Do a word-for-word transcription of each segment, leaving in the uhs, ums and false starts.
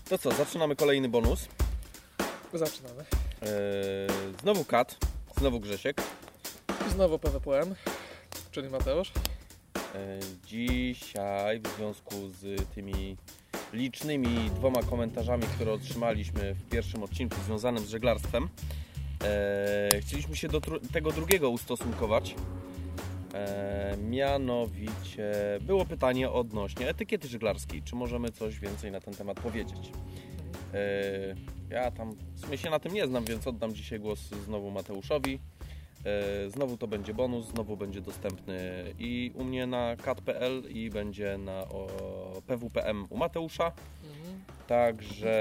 To co, zaczynamy kolejny bonus. Zaczynamy. Eee, znowu Kat, znowu Grzesiek. I znowu P W P M, czyli Mateusz. Eee, dzisiaj w związku z tymi licznymi dwoma komentarzami, które otrzymaliśmy w pierwszym odcinku związanym z żeglarstwem, eee, chcieliśmy się do tru- tego drugiego ustosunkować. Eee, mianowicie było pytanie odnośnie etykiety żeglarskiej. Czy możemy coś więcej na ten temat powiedzieć? Eee, ja tam w sumie się na tym nie znam, więc oddam dzisiaj głos znowu Mateuszowi. Eee, znowu to będzie bonus, znowu będzie dostępny i u mnie na kat kropka p l i będzie na o, P W P M u Mateusza. Mhm. Także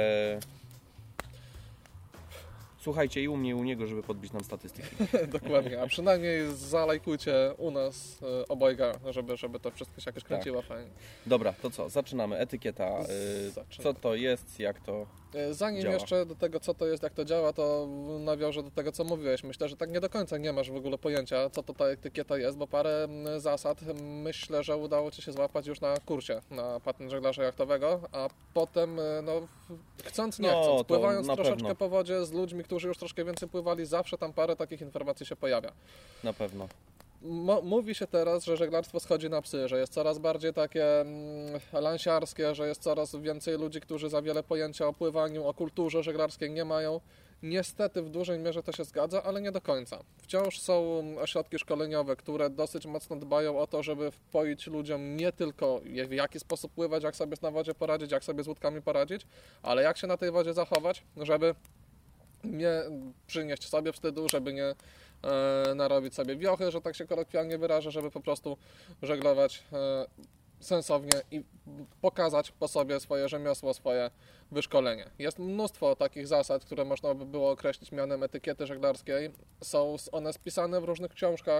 słuchajcie i u mnie i u niego, żeby podbić nam statystyki. Dokładnie, a przynajmniej zalajkujcie u nas y, obojga, żeby, żeby to wszystko się jakoś kręciło tak. Fajnie. Dobra, to co? Zaczynamy. Etykieta. Y, co to jest, jak to Zanim działa? jeszcze do tego, co to jest, jak to działa, to nawiążę do tego, co mówiłeś. Myślę, że tak nie do końca nie masz w ogóle pojęcia, co to ta etykieta jest, bo parę zasad myślę, że udało Ci się złapać już na kursie, na patent żeglarza jachtowego, a potem, no, chcąc nie no, chcąc, pływając troszeczkę pewno. po wodzie z ludźmi, którzy już troszkę więcej pływali, zawsze tam parę takich informacji się pojawia. Na pewno. M- mówi się teraz, że żeglarstwo schodzi na psy, że jest coraz bardziej takie mm, lansiarskie, że jest coraz więcej ludzi, którzy za wiele pojęcia o pływaniu, o kulturze żeglarskiej nie mają. Niestety w dużej mierze to się zgadza, ale nie do końca. Wciąż są ośrodki szkoleniowe, które dosyć mocno dbają o to, żeby wpoić ludziom nie tylko w jaki sposób pływać, jak sobie na wodzie poradzić, jak sobie z łódkami poradzić, ale jak się na tej wodzie zachować, żeby nie przynieść sobie wstydu, żeby nie e, narobić sobie wiochy, że tak się kolokwialnie wyrażę, żeby po prostu żeglować e, sensownie i pokazać po sobie swoje rzemiosło, swoje wyszkolenie. Jest mnóstwo takich zasad, które można by było określić mianem etykiety żeglarskiej. Są one spisane w różnych książkach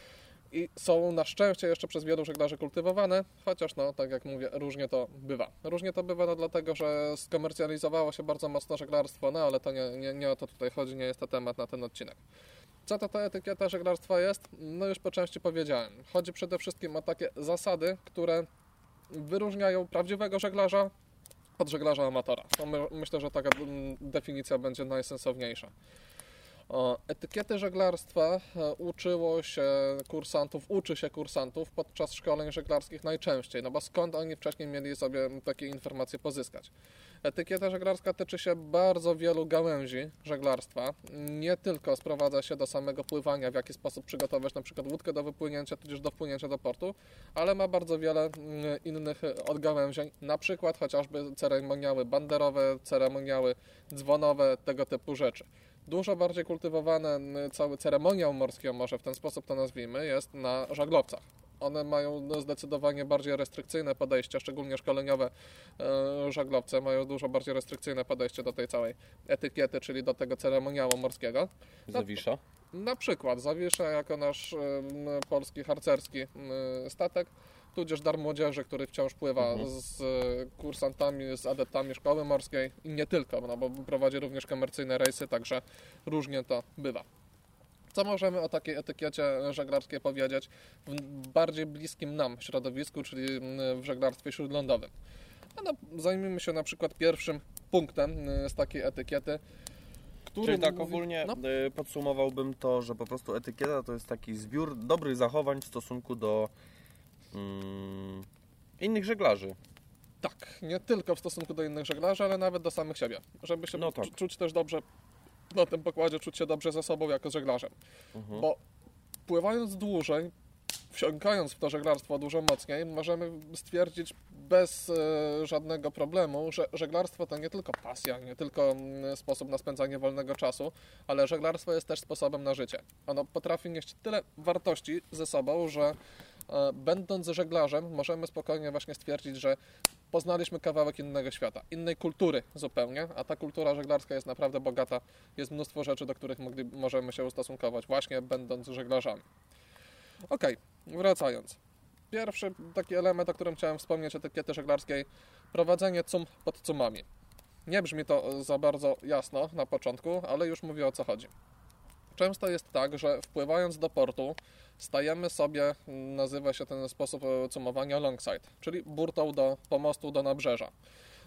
i są na szczęście jeszcze przez wielu żeglarzy kultywowane, chociaż no, tak jak mówię, różnie to bywa. Różnie to bywa no, dlatego, że skomercjalizowało się bardzo mocno żeglarstwo, no ale to nie, nie, nie o to tutaj chodzi, nie jest to temat na ten odcinek. Co to ta etykieta żeglarstwa jest? No już po części powiedziałem. Chodzi przede wszystkim o takie zasady, które wyróżniają prawdziwego żeglarza od żeglarza amatora. No, my, myślę, że taka definicja będzie najsensowniejsza. O, etykiety żeglarstwa uczyło się kursantów, uczy się kursantów podczas szkoleń żeglarskich najczęściej, no bo skąd oni wcześniej mieli sobie takie informacje pozyskać? Etykieta żeglarska tyczy się bardzo wielu gałęzi żeglarstwa, nie tylko sprowadza się do samego pływania, w jaki sposób przygotować na przykład łódkę do wypłynięcia, tudzież do wpłynięcia do portu, ale ma bardzo wiele innych odgałęzień, na przykład chociażby ceremoniały banderowe, ceremoniały dzwonowe, tego typu rzeczy. Dużo bardziej kultywowane cały ceremoniał morski, może w ten sposób to nazwijmy, jest na żaglowcach. One mają zdecydowanie bardziej restrykcyjne podejście, szczególnie szkoleniowe e, żaglowce mają dużo bardziej restrykcyjne podejście do tej całej etykiety, czyli do tego ceremoniału morskiego. Zawisza? Na, na przykład Zawisza jako nasz e, polski harcerski e, statek, tudzież Dar Młodzieży, który wciąż pływa mhm. z kursantami, z adeptami szkoły morskiej i nie tylko, no bo prowadzi również komercyjne rejsy, także różnie to bywa. Co możemy o takiej etykiecie żeglarskiej powiedzieć w bardziej bliskim nam środowisku, czyli w żeglarstwie śródlądowym? No, zajmijmy się na przykład pierwszym punktem z takiej etykiety, który Czyli tak mówi... ogólnie no. podsumowałbym to, że po prostu etykieta to jest taki zbiór dobrych zachowań w stosunku do mm, innych żeglarzy. Tak, nie tylko w stosunku do innych żeglarzy, ale nawet do samych siebie. Żeby się no tak. czuć też dobrze na tym pokładzie, czuć się dobrze ze sobą jako żeglarzem. Mhm. Bo pływając dłużej, wsiąkając w to żeglarstwo dużo mocniej, możemy stwierdzić bez e, żadnego problemu, że żeglarstwo to nie tylko pasja, nie tylko m, sposób na spędzanie wolnego czasu, ale żeglarstwo jest też sposobem na życie. Ono potrafi nieść tyle wartości ze sobą, że e, będąc żeglarzem możemy spokojnie właśnie stwierdzić, że poznaliśmy kawałek innego świata, innej kultury zupełnie, a ta kultura żeglarska jest naprawdę bogata. Jest mnóstwo rzeczy, do których mogli, możemy się ustosunkować właśnie będąc żeglarzami. Okej, okay, wracając. Pierwszy taki element, o którym chciałem wspomnieć, etykiety żeglarskiej, prowadzenie cum pod cumami. Nie brzmi to za bardzo jasno na początku, ale już mówię, o co chodzi. Często jest tak, że wpływając do portu stajemy sobie, nazywa się ten sposób cumowania longside, czyli burtą do pomostu do nabrzeża.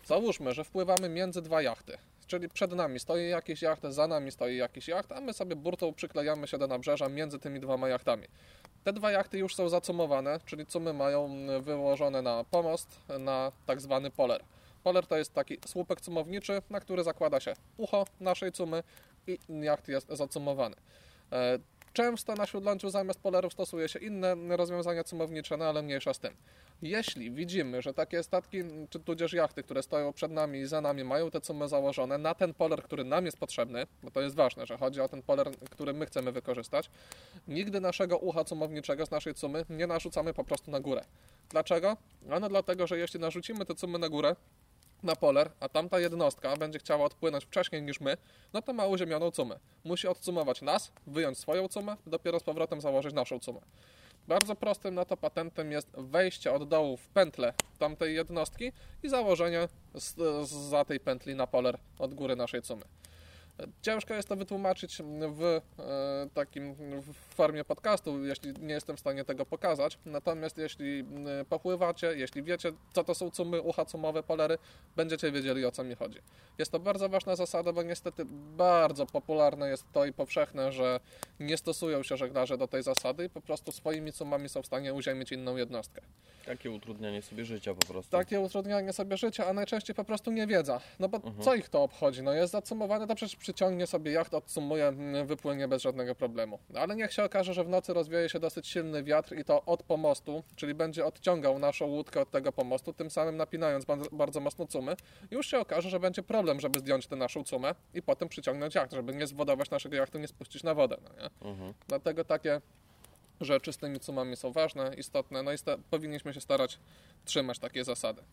Załóżmy, że wpływamy między dwa jachty, czyli przed nami stoi jakiś jacht, za nami stoi jakiś jacht, a my sobie burtą przyklejamy się do nabrzeża między tymi dwoma jachtami. Te dwa jachty już są zacumowane, czyli cumy mają wyłożone na pomost, na tak zwany poler. Poler to jest taki słupek cumowniczy, na który zakłada się ucho naszej cumy i jacht jest zacumowany. Często na śródląciu zamiast polerów stosuje się inne rozwiązania cumownicze, no ale mniejsza z tym. Jeśli widzimy, że takie statki, czy tudzież jachty, które stoją przed nami i za nami, mają te cumy założone na ten poler, który nam jest potrzebny, bo to jest ważne, że chodzi o ten poler, który my chcemy wykorzystać, nigdy naszego ucha cumowniczego z naszej cumy nie narzucamy po prostu na górę. Dlaczego? Ano dlatego, że jeśli narzucimy te cumy na górę, na poler, a tamta jednostka będzie chciała odpłynąć wcześniej niż my, no to ma uziemioną cumę. Musi odcumować nas, wyjąć swoją cumę, dopiero z powrotem założyć naszą cumę. Bardzo prostym na to patentem jest wejście od dołu w pętlę tamtej jednostki i założenie z, za tej pętli na poler od góry naszej cumy. Ciężko jest to wytłumaczyć w e, takim w formie podcastu, jeśli nie jestem w stanie tego pokazać. Natomiast jeśli popływacie, jeśli wiecie, co to są cumy, ucha cumowe, polery, będziecie wiedzieli, o co mi chodzi. Jest to bardzo ważna zasada, bo niestety bardzo popularne jest to i powszechne, że nie stosują się żeglarze do tej zasady i po prostu swoimi cumami są w stanie uziemić inną jednostkę. Takie utrudnianie sobie życia po prostu. Takie utrudnianie sobie życia, a najczęściej po prostu niewiedza. No bo mhm. co ich to obchodzi? No jest zacumowany, to przecież przyciągnie sobie jacht, odsumuje, wypłynie bez żadnego problemu. Ale niech się okaże, że w nocy rozwieje się dosyć silny wiatr i to od pomostu, czyli będzie odciągał naszą łódkę od tego pomostu, tym samym napinając bardzo mocno cumy. Już się okaże, że będzie problem, żeby zdjąć tę naszą cumę i potem przyciągnąć jacht, żeby nie zwodować naszego jachtu, nie spuścić na wodę. No nie? Mhm. Dlatego takie rzeczy z tymi cumami są ważne, istotne, no i sta- powinniśmy się starać trzymać takie zasady.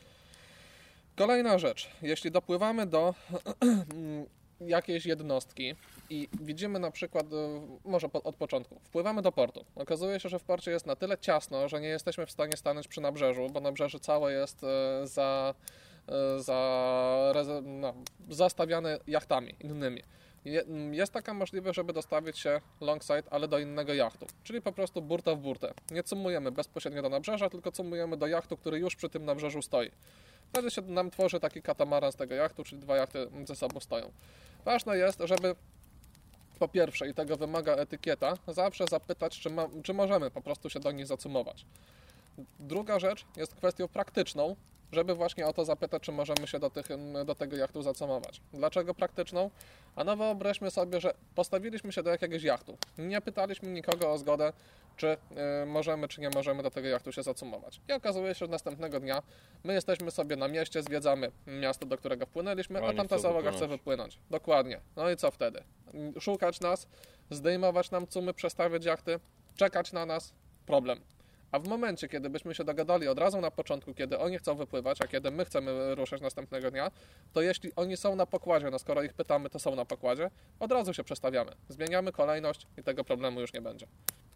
Kolejna rzecz, jeśli dopływamy do jakiejś jednostki i widzimy na przykład, może od początku, wpływamy do portu. Okazuje się, że w porcie jest na tyle ciasno, że nie jesteśmy w stanie stanąć przy nabrzeżu, bo nabrzeże całe jest za, za, no, zastawiane jachtami innymi. Jest taka możliwość, żeby dostawić się longside, ale do innego jachtu, czyli po prostu burta w burtę. Nie cumujemy bezpośrednio do nabrzeża, tylko cumujemy do jachtu, który już przy tym nabrzeżu stoi. Wtedy się nam tworzy taki katamaran z tego jachtu, czyli dwa jachty ze sobą stoją. Ważne jest, żeby po pierwsze, i tego wymaga etykieta, zawsze zapytać, czy, ma, czy możemy po prostu się do nich zacumować. Druga rzecz jest kwestią praktyczną, żeby właśnie o to zapytać, czy możemy się do, tych, do tego jachtu zacumować. Dlaczego praktyczną? A no wyobraźmy sobie, że postawiliśmy się do jakiegoś jachtu. Nie pytaliśmy nikogo o zgodę, czy y, możemy, czy nie możemy do tego jachtu się zacumować. I okazuje się, że następnego dnia my jesteśmy sobie na mieście, zwiedzamy miasto, do którego wpłynęliśmy, a tamta załoga chce wypłynąć. Dokładnie. No i co wtedy? Szukać nas, zdejmować nam cumy, przestawiać jachty, czekać na nas, problem. A w momencie, kiedy byśmy się dogadali od razu na początku, kiedy oni chcą wypływać, a kiedy my chcemy ruszać następnego dnia, to jeśli oni są na pokładzie, no skoro ich pytamy, to są na pokładzie, od razu się przestawiamy. Zmieniamy kolejność i tego problemu już nie będzie.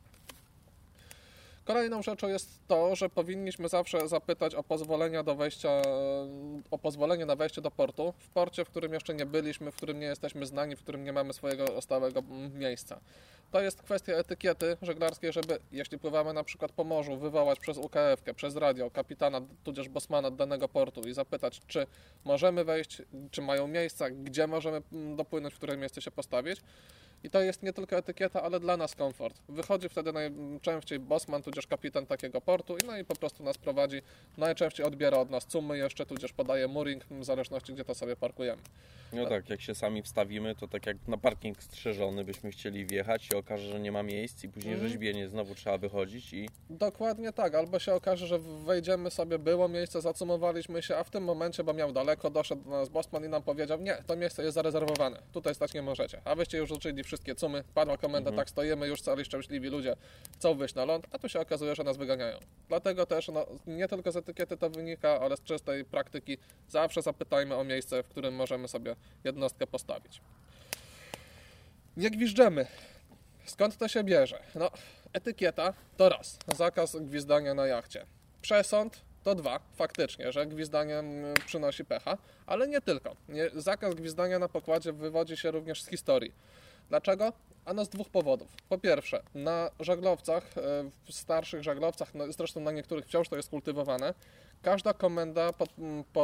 Kolejną rzeczą jest to, że powinniśmy zawsze zapytać o pozwolenia do wejścia, o pozwolenie na wejście do portu, w porcie, w którym jeszcze nie byliśmy, w którym nie jesteśmy znani, w którym nie mamy swojego stałego miejsca. To jest kwestia etykiety żeglarskiej, żeby, jeśli pływamy na przykład po morzu, wywołać przez U K F-kę, przez radio, kapitana, tudzież bosmana danego portu i zapytać, czy możemy wejść, czy mają miejsca, gdzie możemy dopłynąć, w którym miejsce się postawić. I to jest nie tylko etykieta, ale dla nas komfort. Wychodzi wtedy najczęściej bosman, tudzież kapitan takiego portu i no i po prostu nas prowadzi. Najczęściej odbiera od nas cumy jeszcze, tudzież podaje mooring, w zależności gdzie to sobie parkujemy. No tak, jak się sami wstawimy, to tak jak na parking strzeżony byśmy chcieli wjechać, się okaże, że nie ma miejsc i później mm. rzeźbienie, znowu trzeba wychodzić i... Dokładnie tak, albo się okaże, że wejdziemy sobie, było miejsce, zacumowaliśmy się, a w tym momencie, bo miał daleko, doszedł do nas bosman i nam powiedział, nie, to miejsce jest zarezerwowane, tutaj stać nie możecie, a wyście już uczyli wszystkie cumy, padła komenda, mhm. tak stoimy, już cali szczęśliwi ludzie chcą wyjść na ląd, a tu się okazuje, że nas wyganiają. Dlatego też, no, nie tylko z etykiety to wynika, ale z czystej praktyki zawsze zapytajmy o miejsce, w którym możemy sobie jednostkę postawić. Nie gwiżdżemy. Skąd to się bierze? No, etykieta to raz, zakaz gwizdania na jachcie. Przesąd to dwa, faktycznie, że gwizdanie przynosi pecha, ale nie tylko. Nie, zakaz gwizdania na pokładzie wywodzi się również z historii. Dlaczego? Ano z dwóch powodów. Po pierwsze, na żaglowcach, w starszych żaglowcach, no zresztą na niektórych wciąż to jest kultywowane, każda komenda pod, pod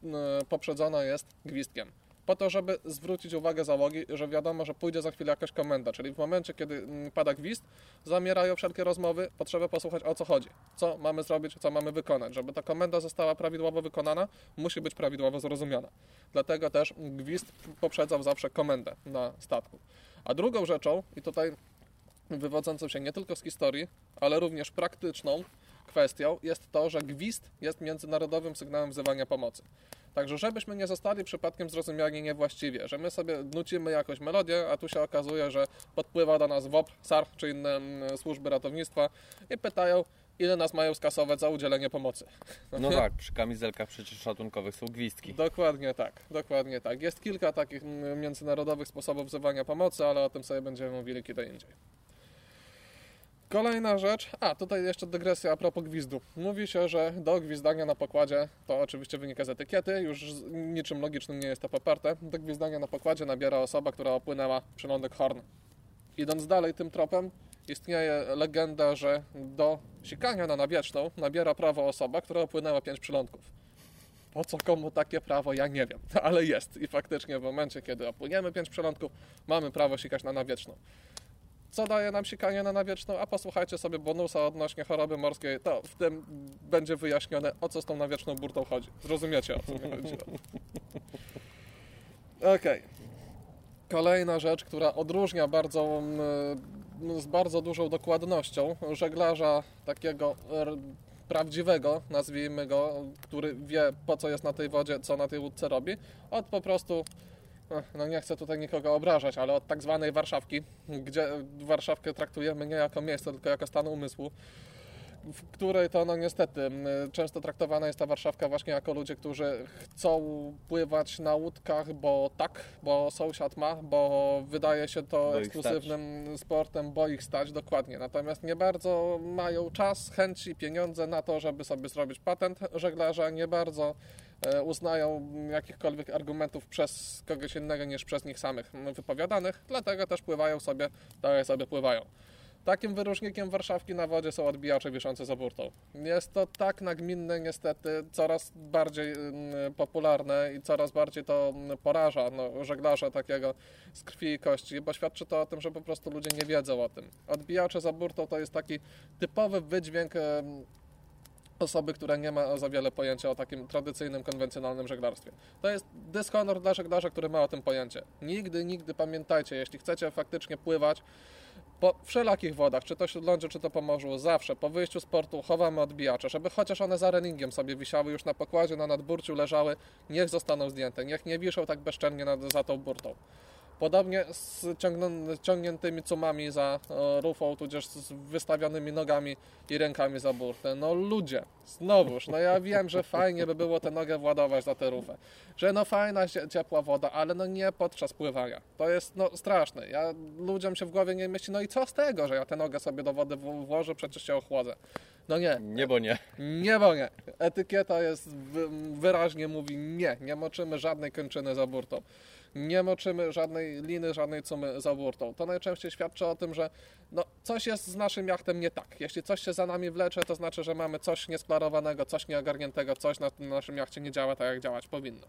poprzedzona jest gwizdkiem. Po to, żeby zwrócić uwagę załogi, że wiadomo, że pójdzie za chwilę jakaś komenda, czyli w momencie, kiedy pada gwizd, zamierają wszelkie rozmowy, potrzeba posłuchać, o co chodzi, co mamy zrobić, co mamy wykonać. Żeby ta komenda została prawidłowo wykonana, musi być prawidłowo zrozumiana. Dlatego też gwizd poprzedzał zawsze komendę na statku. A drugą rzeczą, i tutaj wywodzącą się nie tylko z historii, ale również praktyczną kwestią jest to, że gwizd jest międzynarodowym sygnałem wzywania pomocy. Także żebyśmy nie zostali przypadkiem zrozumiani niewłaściwie, że my sobie nucimy jakąś melodię, a tu się okazuje, że podpływa do nas W O P, S A R czy inne służby ratownictwa i pytają, ile nas mają skasować za udzielenie pomocy. No tak, przy kamizelkach przecież ratunkowych są gwizdki. Dokładnie tak, dokładnie tak. Jest kilka takich międzynarodowych sposobów wzywania pomocy, ale o tym sobie będziemy mówili kiedy indziej. Kolejna rzecz, a tutaj jeszcze dygresja a propos gwizdu. Mówi się, że do gwizdania na pokładzie, to oczywiście wynika z etykiety, już niczym logicznym nie jest to poparte, do gwizdania na pokładzie nabiera osoba, która opłynęła przylądek Horn. Idąc dalej tym tropem, istnieje legenda, że do sikania na nawieczną nabiera prawo osoba, która opłynęła pięć przylądków. Po co komu takie prawo, ja nie wiem, ale jest i faktycznie w momencie, kiedy opłyniemy pięć przylądków, mamy prawo sikać na nawieczną. Co daje nam sikanie na nawieczną? A posłuchajcie sobie bonusa odnośnie choroby morskiej, to w tym będzie wyjaśnione, o co z tą nawieczną burtą chodzi. Zrozumiecie, o co mi chodziło. Okej. Okay. Kolejna rzecz, która odróżnia bardzo, z bardzo dużą dokładnością żeglarza takiego prawdziwego, nazwijmy go, który wie, po co jest na tej wodzie, co na tej łódce robi, od po prostu... No nie chcę tutaj nikogo obrażać, ale od tak zwanej Warszawki, gdzie Warszawkę traktujemy nie jako miejsce, tylko jako stan umysłu, w której to no niestety często traktowana jest ta Warszawka właśnie jako ludzie, którzy chcą pływać na łódkach, bo tak, bo sąsiad ma, bo wydaje się to bo ekskluzywnym sportem, bo ich stać, dokładnie. Natomiast nie bardzo mają czas, chęci, pieniądze na to, żeby sobie zrobić patent żeglarza, nie bardzo uznają jakichkolwiek argumentów przez kogoś innego niż przez nich samych wypowiadanych, dlatego też pływają sobie, dalej sobie pływają. Takim wyróżnikiem Warszawki na wodzie są odbijacze wiszące za burtą. Jest to tak nagminne niestety, coraz bardziej popularne i coraz bardziej to poraża no, żeglarza takiego z krwi i kości, bo świadczy to o tym, że po prostu ludzie nie wiedzą o tym. Odbijacze za burtą to jest taki typowy wydźwięk osoby, która nie ma za wiele pojęcia o takim tradycyjnym, konwencjonalnym żeglarstwie. To jest dyshonor dla żeglarza, który ma o tym pojęcie. Nigdy, nigdy pamiętajcie, jeśli chcecie faktycznie pływać po wszelakich wodach, czy to śródlądzie, czy to po morzu, zawsze po wyjściu z portu chowamy odbijacze, żeby chociaż one za reningiem sobie wisiały już na pokładzie, na nadburciu leżały, niech zostaną zdjęte, niech nie wiszą tak bezczelnie nad, za tą burtą. Podobnie z ciągniętymi cumami za rufą, tudzież z wystawionymi nogami i rękami za burtę. No ludzie, znowuż, no ja wiem, że fajnie by było tę nogę władować za tę rufę. Że no fajna, ciepła woda, ale no nie podczas pływania. To jest no straszne. Ja, ludziom się w głowie nie mieści, no i co z tego, że ja tę nogę sobie do wody włożę, przecież się ochłodzę. No nie. Nie, bo nie. Nie, bo nie. Etykieta jest, wyraźnie mówi nie. Nie moczymy żadnej kończyny za burtą. Nie moczymy żadnej liny, żadnej cumy za burtą. To najczęściej świadczy o tym, że no, coś jest z naszym jachtem nie tak. Jeśli coś się za nami wlecze, to znaczy, że mamy coś niesklarowanego, coś nieogarniętego, coś na naszym jachcie nie działa tak, jak działać powinno.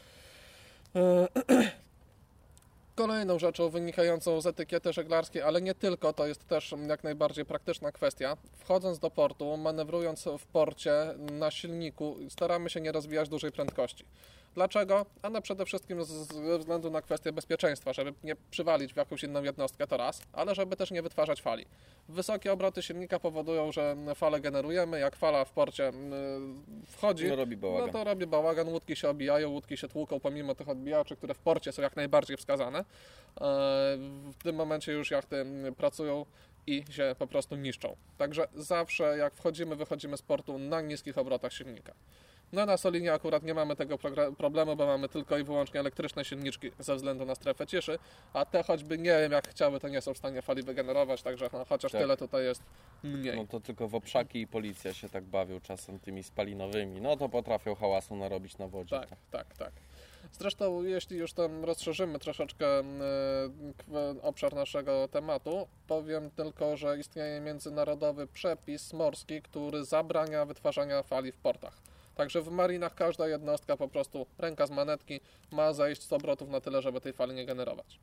Kolejną rzeczą wynikającą z etykiety żeglarskiej, ale nie tylko, to jest też jak najbardziej praktyczna kwestia. Wchodząc do portu, manewrując w porcie na silniku, staramy się nie rozwijać dużej prędkości. Dlaczego? A no przede wszystkim ze względu na kwestię bezpieczeństwa, żeby nie przywalić w jakąś inną jednostkę, to raz, ale żeby też nie wytwarzać fali. Wysokie obroty silnika powodują, że falę generujemy, jak fala w porcie wchodzi, no, robi bałagan. no to robi bałagan, łódki się obijają, łódki się tłuką pomimo tych odbijaczy, które w porcie są jak najbardziej wskazane. W tym momencie już jachty pracują i się po prostu niszczą. Także zawsze jak wchodzimy, wychodzimy z portu na niskich obrotach silnika. No na Solinie akurat nie mamy tego problemu, bo mamy tylko i wyłącznie elektryczne silniczki ze względu na strefę ciszy, a te choćby nie wiem jak chciały, to nie są w stanie fali wygenerować, także no, chociaż tak. Tyle tutaj jest mniej. No to tylko woprzaki i policja się tak bawią czasem tymi spalinowymi, no to potrafią hałasu narobić na wodzie. Tak, tak, tak. tak. Zresztą jeśli już tam rozszerzymy troszeczkę obszar naszego tematu, powiem tylko, że istnieje międzynarodowy przepis morski, który zabrania wytwarzania fali w portach. Także w marinach każda jednostka po prostu ręka z manetki ma zejść z obrotów na tyle, żeby tej fali nie generować.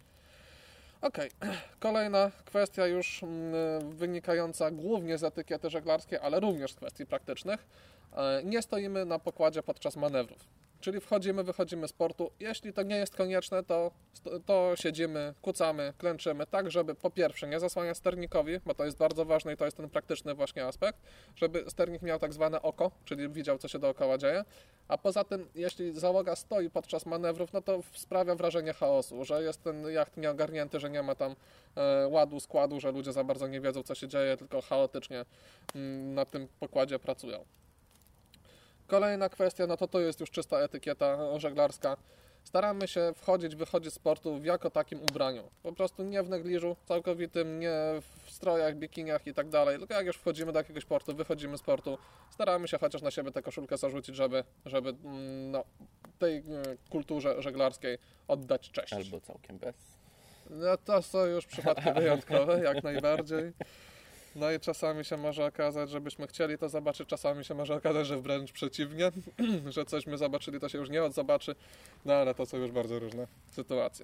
Ok, kolejna kwestia już wynikająca głównie z etykiety żeglarskiej, ale również z kwestii praktycznych. Nie stoimy na pokładzie podczas manewrów. Czyli wchodzimy, wychodzimy z portu. Jeśli to nie jest konieczne, to, to siedzimy, kucamy, klęczymy, tak żeby po pierwsze nie zasłaniać sternikowi, bo to jest bardzo ważne i to jest ten praktyczny właśnie aspekt, żeby sternik miał tak zwane oko, czyli widział, co się dookoła dzieje. A poza tym, jeśli załoga stoi podczas manewrów, no to sprawia wrażenie chaosu, że jest ten jacht nieogarnięty, że nie ma tam e, ładu, składu, że ludzie za bardzo nie wiedzą, co się dzieje, tylko chaotycznie m, na tym pokładzie pracują. Kolejna kwestia, no to to jest już czysta etykieta żeglarska. Staramy się wchodzić, wychodzić z portu w jako takim ubraniu. Po prostu nie w negliżu całkowitym, nie w strojach, bikiniach i tak dalej. Tylko jak już wchodzimy do jakiegoś portu, wychodzimy z portu, staramy się chociaż na siebie tę koszulkę zarzucić, żeby, żeby no, tej kulturze żeglarskiej oddać cześć. Albo całkiem bez. No to są już przypadki wyjątkowe, jak najbardziej. No i czasami się może okazać, żebyśmy chcieli to zobaczyć, czasami się może okazać, że wręcz przeciwnie, że cośmy zobaczyli, to się już nie odzobaczy, no ale to są już bardzo różne sytuacje.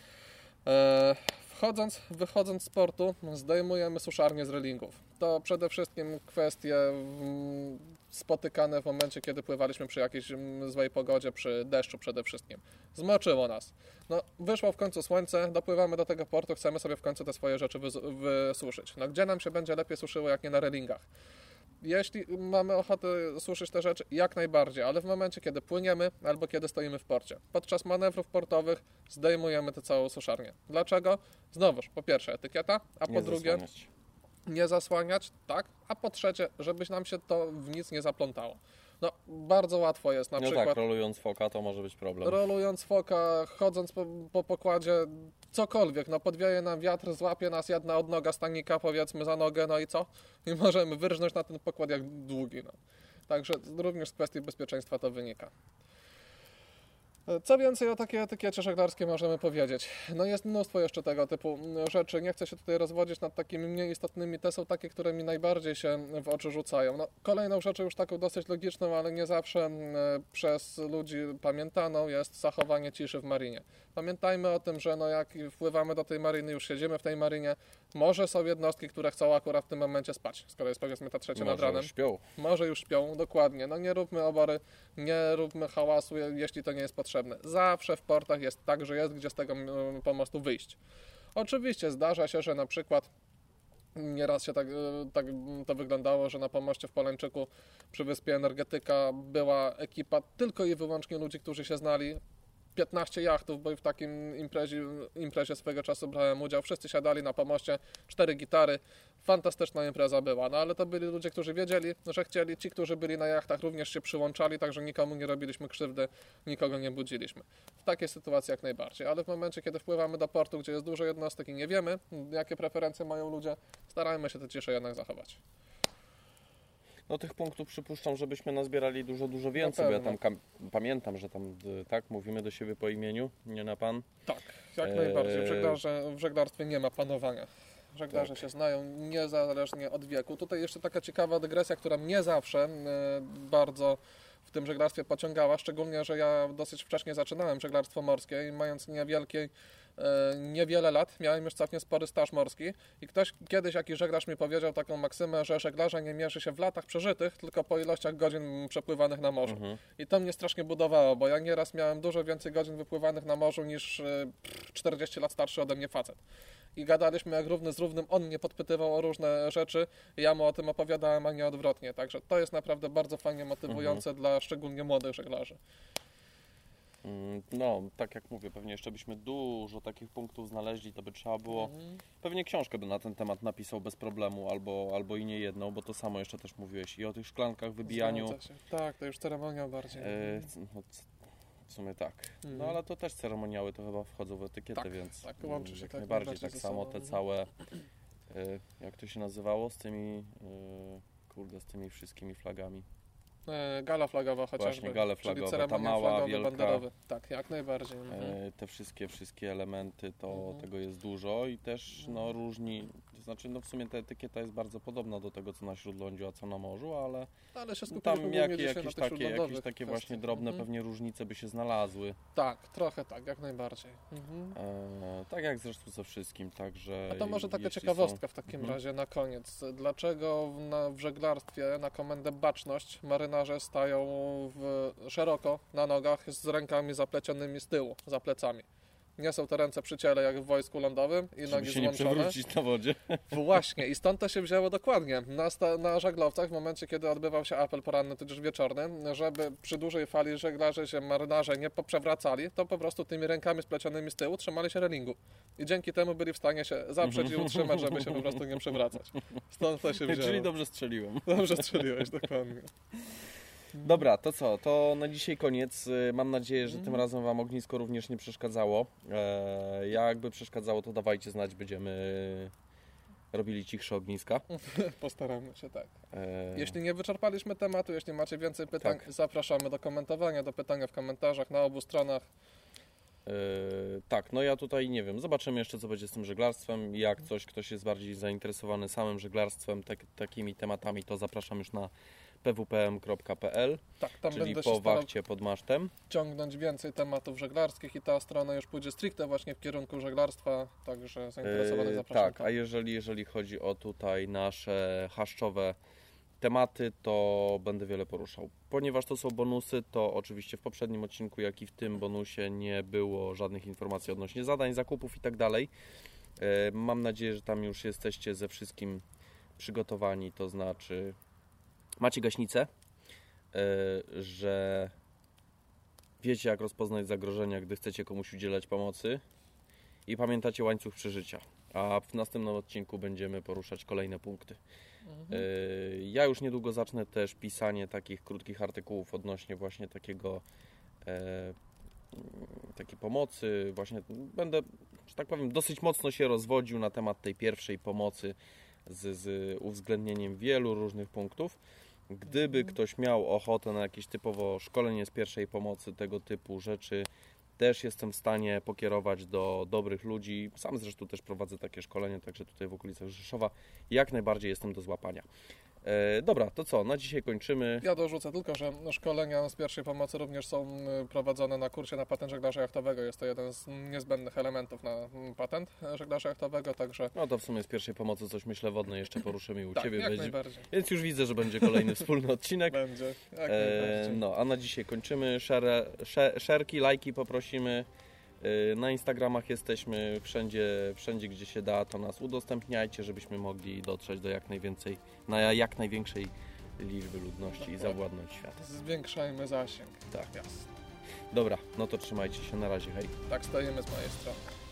E, wchodząc, wychodząc z portu, zdejmujemy suszarnię z relingów. To przede wszystkim kwestie mm, spotykane w momencie, kiedy pływaliśmy przy jakiejś mm, złej pogodzie, przy deszczu przede wszystkim. Zmoczyło nas. No, wyszło w końcu słońce, dopływamy do tego portu, chcemy sobie w końcu te swoje rzeczy wys- wysuszyć. No, gdzie nam się będzie lepiej suszyło, jak nie na relingach? Jeśli mamy ochotę suszyć te rzeczy, jak najbardziej, ale w momencie, kiedy płyniemy albo kiedy stoimy w porcie. Podczas manewrów portowych zdejmujemy tę całą suszarnię. Dlaczego? Znowuż, po pierwsze etykieta, a po Nie drugie zasłaniać. nie zasłaniać, tak, a po trzecie, żeby nam się to w nic nie zaplątało. No, bardzo łatwo jest na No przykład... tak, rolując foka to może być problem. Rolując foka, chodząc po, po pokładzie, cokolwiek, no podwieje nam wiatr, złapie nas jedna odnoga stanika, powiedzmy, za nogę, no i co? I możemy wyrżnąć na ten pokład jak długi, no. Także również z kwestii bezpieczeństwa to wynika. Co więcej o takiej etykiecie żeglarskiej możemy powiedzieć? No jest mnóstwo jeszcze tego typu rzeczy. Nie chcę się tutaj rozwodzić nad takimi mniej istotnymi. Te są takie, które mi najbardziej się w oczy rzucają. No, kolejną rzeczą już taką dosyć logiczną, ale nie zawsze przez ludzi pamiętaną jest zachowanie ciszy w marinie. Pamiętajmy o tym, że no jak wpływamy do tej mariny, już siedzimy w tej marinie, może są jednostki, które chcą akurat w tym momencie spać, skoro jest powiedzmy ta trzecia nad ranem. Może śpią. Może już śpią, dokładnie. No nie róbmy obory, nie róbmy hałasu, jeśli to nie jest potrzebne. Zawsze w portach jest tak, że jest gdzie z tego pomostu wyjść. Oczywiście zdarza się, że na przykład nieraz się tak, tak to wyglądało, że na pomoście w Polańczyku przy wyspie Energetyka była ekipa tylko i wyłącznie ludzi, którzy się znali. piętnaście jachtów, bo i w takim imprezie, imprezie swego czasu brałem udział. Wszyscy siadali na pomoście, cztery gitary. Fantastyczna impreza była, no ale to byli ludzie, którzy wiedzieli, że chcieli. Ci, którzy byli na jachtach, również się przyłączali, także nikomu nie robiliśmy krzywdy, nikogo nie budziliśmy. W takiej sytuacji jak najbardziej, ale w momencie, kiedy wpływamy do portu, gdzie jest dużo jednostek i nie wiemy, jakie preferencje mają ludzie, starajmy się tę ciszę jednak zachować. No tych punktów przypuszczam, żebyśmy nazbierali dużo, dużo więcej, bo ja tam kam- pamiętam, że tam y, tak, mówimy do siebie po imieniu, nie na pan. Tak, jak Eee... najbardziej. W, żeglarze, w żeglarstwie nie ma panowania. Żeglarze tak się znają niezależnie od wieku. Tutaj jeszcze taka ciekawa dygresja, która mnie zawsze y, bardzo w tym żeglarstwie pociągała, szczególnie, że ja dosyć wcześnie zaczynałem żeglarstwo morskie i mając niewielkiej niewiele lat, miałem już całkiem spory staż morski i ktoś kiedyś, jakiś żeglarz mi powiedział taką maksymę, że żeglarze nie mierzy się w latach przeżytych, tylko po ilościach godzin przepływanych na morzu. Mhm. I to mnie strasznie budowało, bo ja nieraz miałem dużo więcej godzin wypływanych na morzu niż czterdzieści lat starszy ode mnie facet. I gadaliśmy jak równy z równym, on mnie podpytywał o różne rzeczy, ja mu o tym opowiadałem, a nie odwrotnie. Także to jest naprawdę bardzo fajnie motywujące mhm. dla szczególnie młodych żeglarzy. No, tak jak mówię, pewnie jeszcze byśmy dużo takich punktów znaleźli, to by trzeba było, mhm. pewnie książkę by na ten temat napisał bez problemu, albo, albo i nie jedną, bo to samo jeszcze też mówiłeś i o tych szklankach, wybijaniu. Tak, to już ceremonia bardziej. E, no, w sumie tak, mhm. no ale to też ceremoniały to chyba wchodzą w etykietę, tak, więc tak, łączy się jak tak najbardziej, tak samo te całe, e, jak to się nazywało, z tymi, e, kurde, z tymi wszystkimi flagami. Gala flagowa chociażby, Właśnie, gale flagowe, czyli ta mała, flagowy, wielka, banderowy. Tak, jak najbardziej. Mhm. E, te wszystkie, wszystkie elementy, to mhm. tego jest dużo i też no, różni, znaczy no w sumie ta etykieta jest bardzo podobna do tego, co na śródlądziu, a co na morzu, ale, ale się tam jak, jakieś, takie, jakieś takie właśnie drobne mhm. pewnie różnice by się znalazły. Tak, trochę tak, jak najbardziej. Mhm. E, tak jak zresztą ze wszystkim, także... A to może taka jeśli ciekawostka są... w takim mhm. razie na koniec. Dlaczego w, na, w żeglarstwie na komendę baczność marynarze stają w, szeroko na nogach z rękami zaplecionymi z tyłu, za plecami? Nie są te ręce przy ciele jak w wojsku lądowym i Żeby nogi się nie złączone. przewrócić na wodzie. Właśnie i stąd to się wzięło dokładnie. Na, sta, na żaglowcach w momencie, kiedy odbywał się apel poranny, tudzież wieczorny, żeby przy dużej fali żeglarze się, marynarze nie poprzewracali, to po prostu tymi rękami splecionymi z tyłu trzymali się relingu. I dzięki temu byli w stanie się zaprzeć i utrzymać, żeby się po prostu nie przewracać. Stąd to się wzięło. Czyli dobrze strzeliłem. Dobrze strzeliłeś, dokładnie. Dobra, to co? To na dzisiaj koniec. Mam nadzieję, że tym razem Wam ognisko również nie przeszkadzało. Eee, jakby przeszkadzało, to dawajcie znać, będziemy robili cichsze ogniska. Postaramy się, tak. Eee, Jeśli nie wyczerpaliśmy tematu, jeśli macie więcej pytań, Tak. zapraszamy do komentowania, do pytania w komentarzach na obu stronach. eee, tak, no ja tutaj nie wiem. Zobaczymy jeszcze, co będzie z tym żeglarstwem. Jak coś, ktoś jest bardziej zainteresowany samym żeglarstwem, tak, takimi tematami, to zapraszam już na p w p m kropka p l, Tak, tam czyli będę po się starał wachcie pod masztem. ciągnąć więcej tematów żeglarskich i ta strona już pójdzie stricte właśnie w kierunku żeglarstwa, także zainteresowanych Eee, zapraszam. tak, a jeżeli, jeżeli chodzi o tutaj nasze haszczowe tematy, to będę wiele poruszał. Ponieważ to są bonusy, to oczywiście w poprzednim odcinku, jak i w tym bonusie nie było żadnych informacji odnośnie zadań, zakupów i tak dalej. Mam nadzieję, że tam już jesteście ze wszystkim przygotowani, to znaczy macie gaśnicę, że wiecie, jak rozpoznać zagrożenia, gdy chcecie komuś udzielać pomocy i pamiętacie łańcuch przeżycia. A w następnym odcinku będziemy poruszać kolejne punkty. Mhm. Ja już niedługo zacznę też pisanie takich krótkich artykułów odnośnie właśnie takiego e, takiej pomocy. Właśnie będę, że tak powiem, dosyć mocno się rozwodził na temat tej pierwszej pomocy z, z uwzględnieniem wielu różnych punktów. Gdyby Mhm. ktoś miał ochotę na jakieś typowo szkolenie z pierwszej pomocy, tego typu rzeczy, też jestem w stanie pokierować do dobrych ludzi. Sam zresztą też prowadzę takie szkolenie, także tutaj w okolicach Rzeszowa jak najbardziej jestem do złapania. E, dobra, to co? Na dzisiaj kończymy. Ja dorzucę tylko, że szkolenia z pierwszej pomocy również są y, prowadzone na kursie na patent żeglarza jachtowego. Jest to jeden z niezbędnych elementów na mm, patent żeglarza jachtowego, także No to w sumie z pierwszej pomocy coś myślę wodne jeszcze poruszymy u tak, Ciebie. jak Będzie, najbardziej. więc już widzę, że będzie kolejny wspólny odcinek. Będzie, jak E, najbardziej. no, a na dzisiaj kończymy. Szere, sze, szerki, lajki poprosimy. E, na Instagramach jesteśmy, wszędzie, wszędzie gdzie się da, to nas udostępniajcie, żebyśmy mogli dotrzeć do jak najwięcej, na jak największej liczby ludności i zawładnąć światem. Zwiększajmy zasięg. Tak. Jasne. Dobra, no to trzymajcie się, na razie, hej. Tak stoimy z mojej strony.